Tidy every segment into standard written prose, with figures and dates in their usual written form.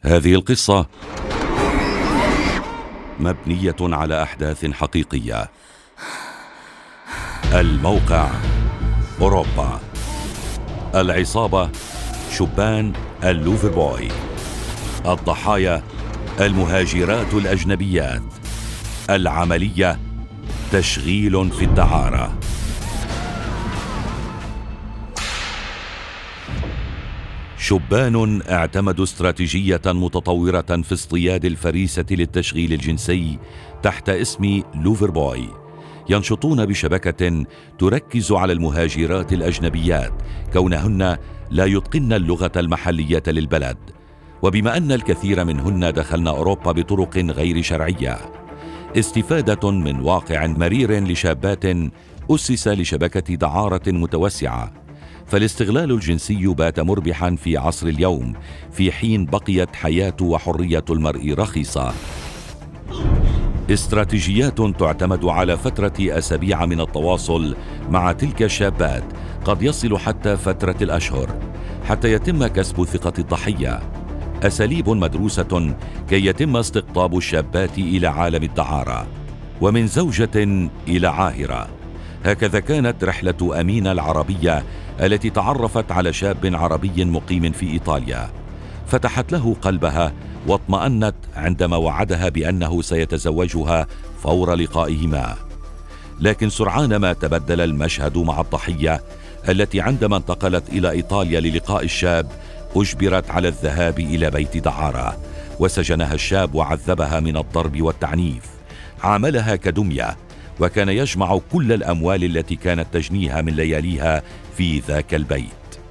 هذه القصة مبنية على أحداث حقيقية. الموقع أوروبا. العصابة شبان اللوفربوي. الضحايا المهاجرات الأجنبيات. العملية تشغيل في الدعارة. شبان اعتمدوا استراتيجية متطورة في اصطياد الفريسة للتشغيل الجنسي تحت اسم لوفربوي. ينشطون بشبكة تركز على المهاجرات الأجنبيات كونهن لا يتقن اللغة المحلية للبلد، وبما أن الكثير منهن دخلن أوروبا بطرق غير شرعية. استفادة من واقع مرير لشابات أسس لشبكة دعارة متوسعة، فالاستغلال الجنسي بات مربحا في عصر اليوم في حين بقيت حياة وحرية المرء رخيصة. استراتيجيات تعتمد على فترة أسابيع من التواصل مع تلك الشابات، قد يصل حتى فترة الأشهر، حتى يتم كسب ثقة الضحية. أساليب مدروسة كي يتم استقطاب الشابات إلى عالم الدعارة، ومن زوجة إلى عاهرة. هكذا كانت رحلة أمينة العربية التي تعرفت على شاب عربي مقيم في إيطاليا، فتحت له قلبها واطمأنت عندما وعدها بأنه سيتزوجها فور لقائهما. لكن سرعان ما تبدل المشهد مع الضحية التي عندما انتقلت إلى إيطاليا للقاء الشاب أجبرت على الذهاب إلى بيت دعارة، وسجنها الشاب وعذبها من الضرب والتعنيف. عاملها كدمية، وكان يجمع كل الأموال التي كانت تجنيها من لياليها في ذاك البيت.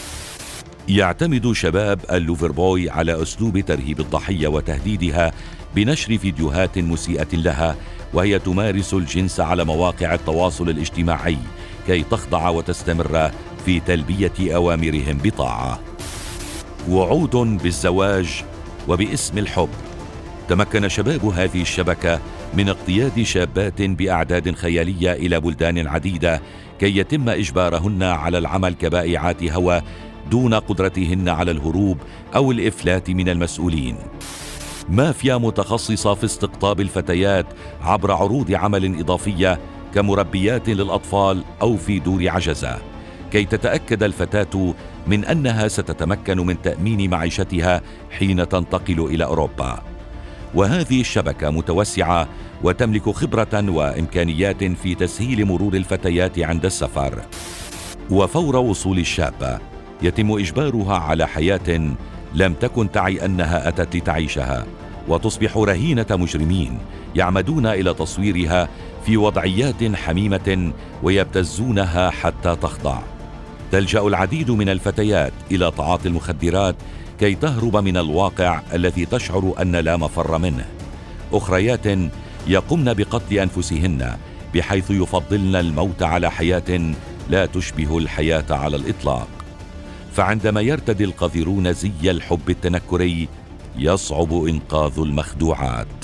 يعتمد شباب اللوفربوي على أسلوب ترهيب الضحية وتهديدها بنشر فيديوهات مسيئة لها وهي تمارس الجنس على مواقع التواصل الاجتماعي كي تخضع وتستمر في تلبية أوامرهم بطاعة. وعود بالزواج وباسم الحب. تمكن شباب هذه الشبكة من اقتياد شابات بأعداد خيالية إلى بلدان عديدة كي يتم إجبارهن على العمل كبائعات هوى دون قدرتهن على الهروب أو الإفلات من المسؤولين. مافيا متخصصة في استقطاب الفتيات عبر عروض عمل إضافية كمربيات للأطفال أو في دور عجزة، كي تتأكد الفتاة من أنها ستتمكن من تأمين معيشتها حين تنتقل إلى أوروبا. وهذه الشبكة متوسعة وتملك خبرة وإمكانيات في تسهيل مرور الفتيات عند السفر. وفور وصول الشابة يتم إجبارها على حياة لم تكن تعي أنها أتت لتعيشها، وتصبح رهينة مجرمين يعمدون إلى تصويرها في وضعيات حميمة ويبتزونها حتى تخضع. تلجأ العديد من الفتيات إلى تعاطي المخدرات كي تهرب من الواقع الذي تشعر أن لا مفر منه. أخريات يقمن بقتل أنفسهن بحيث يفضلن الموت على حياة لا تشبه الحياة على الإطلاق. فعندما يرتدي القذرون زي الحب التنكري يصعب إنقاذ المخدوعات.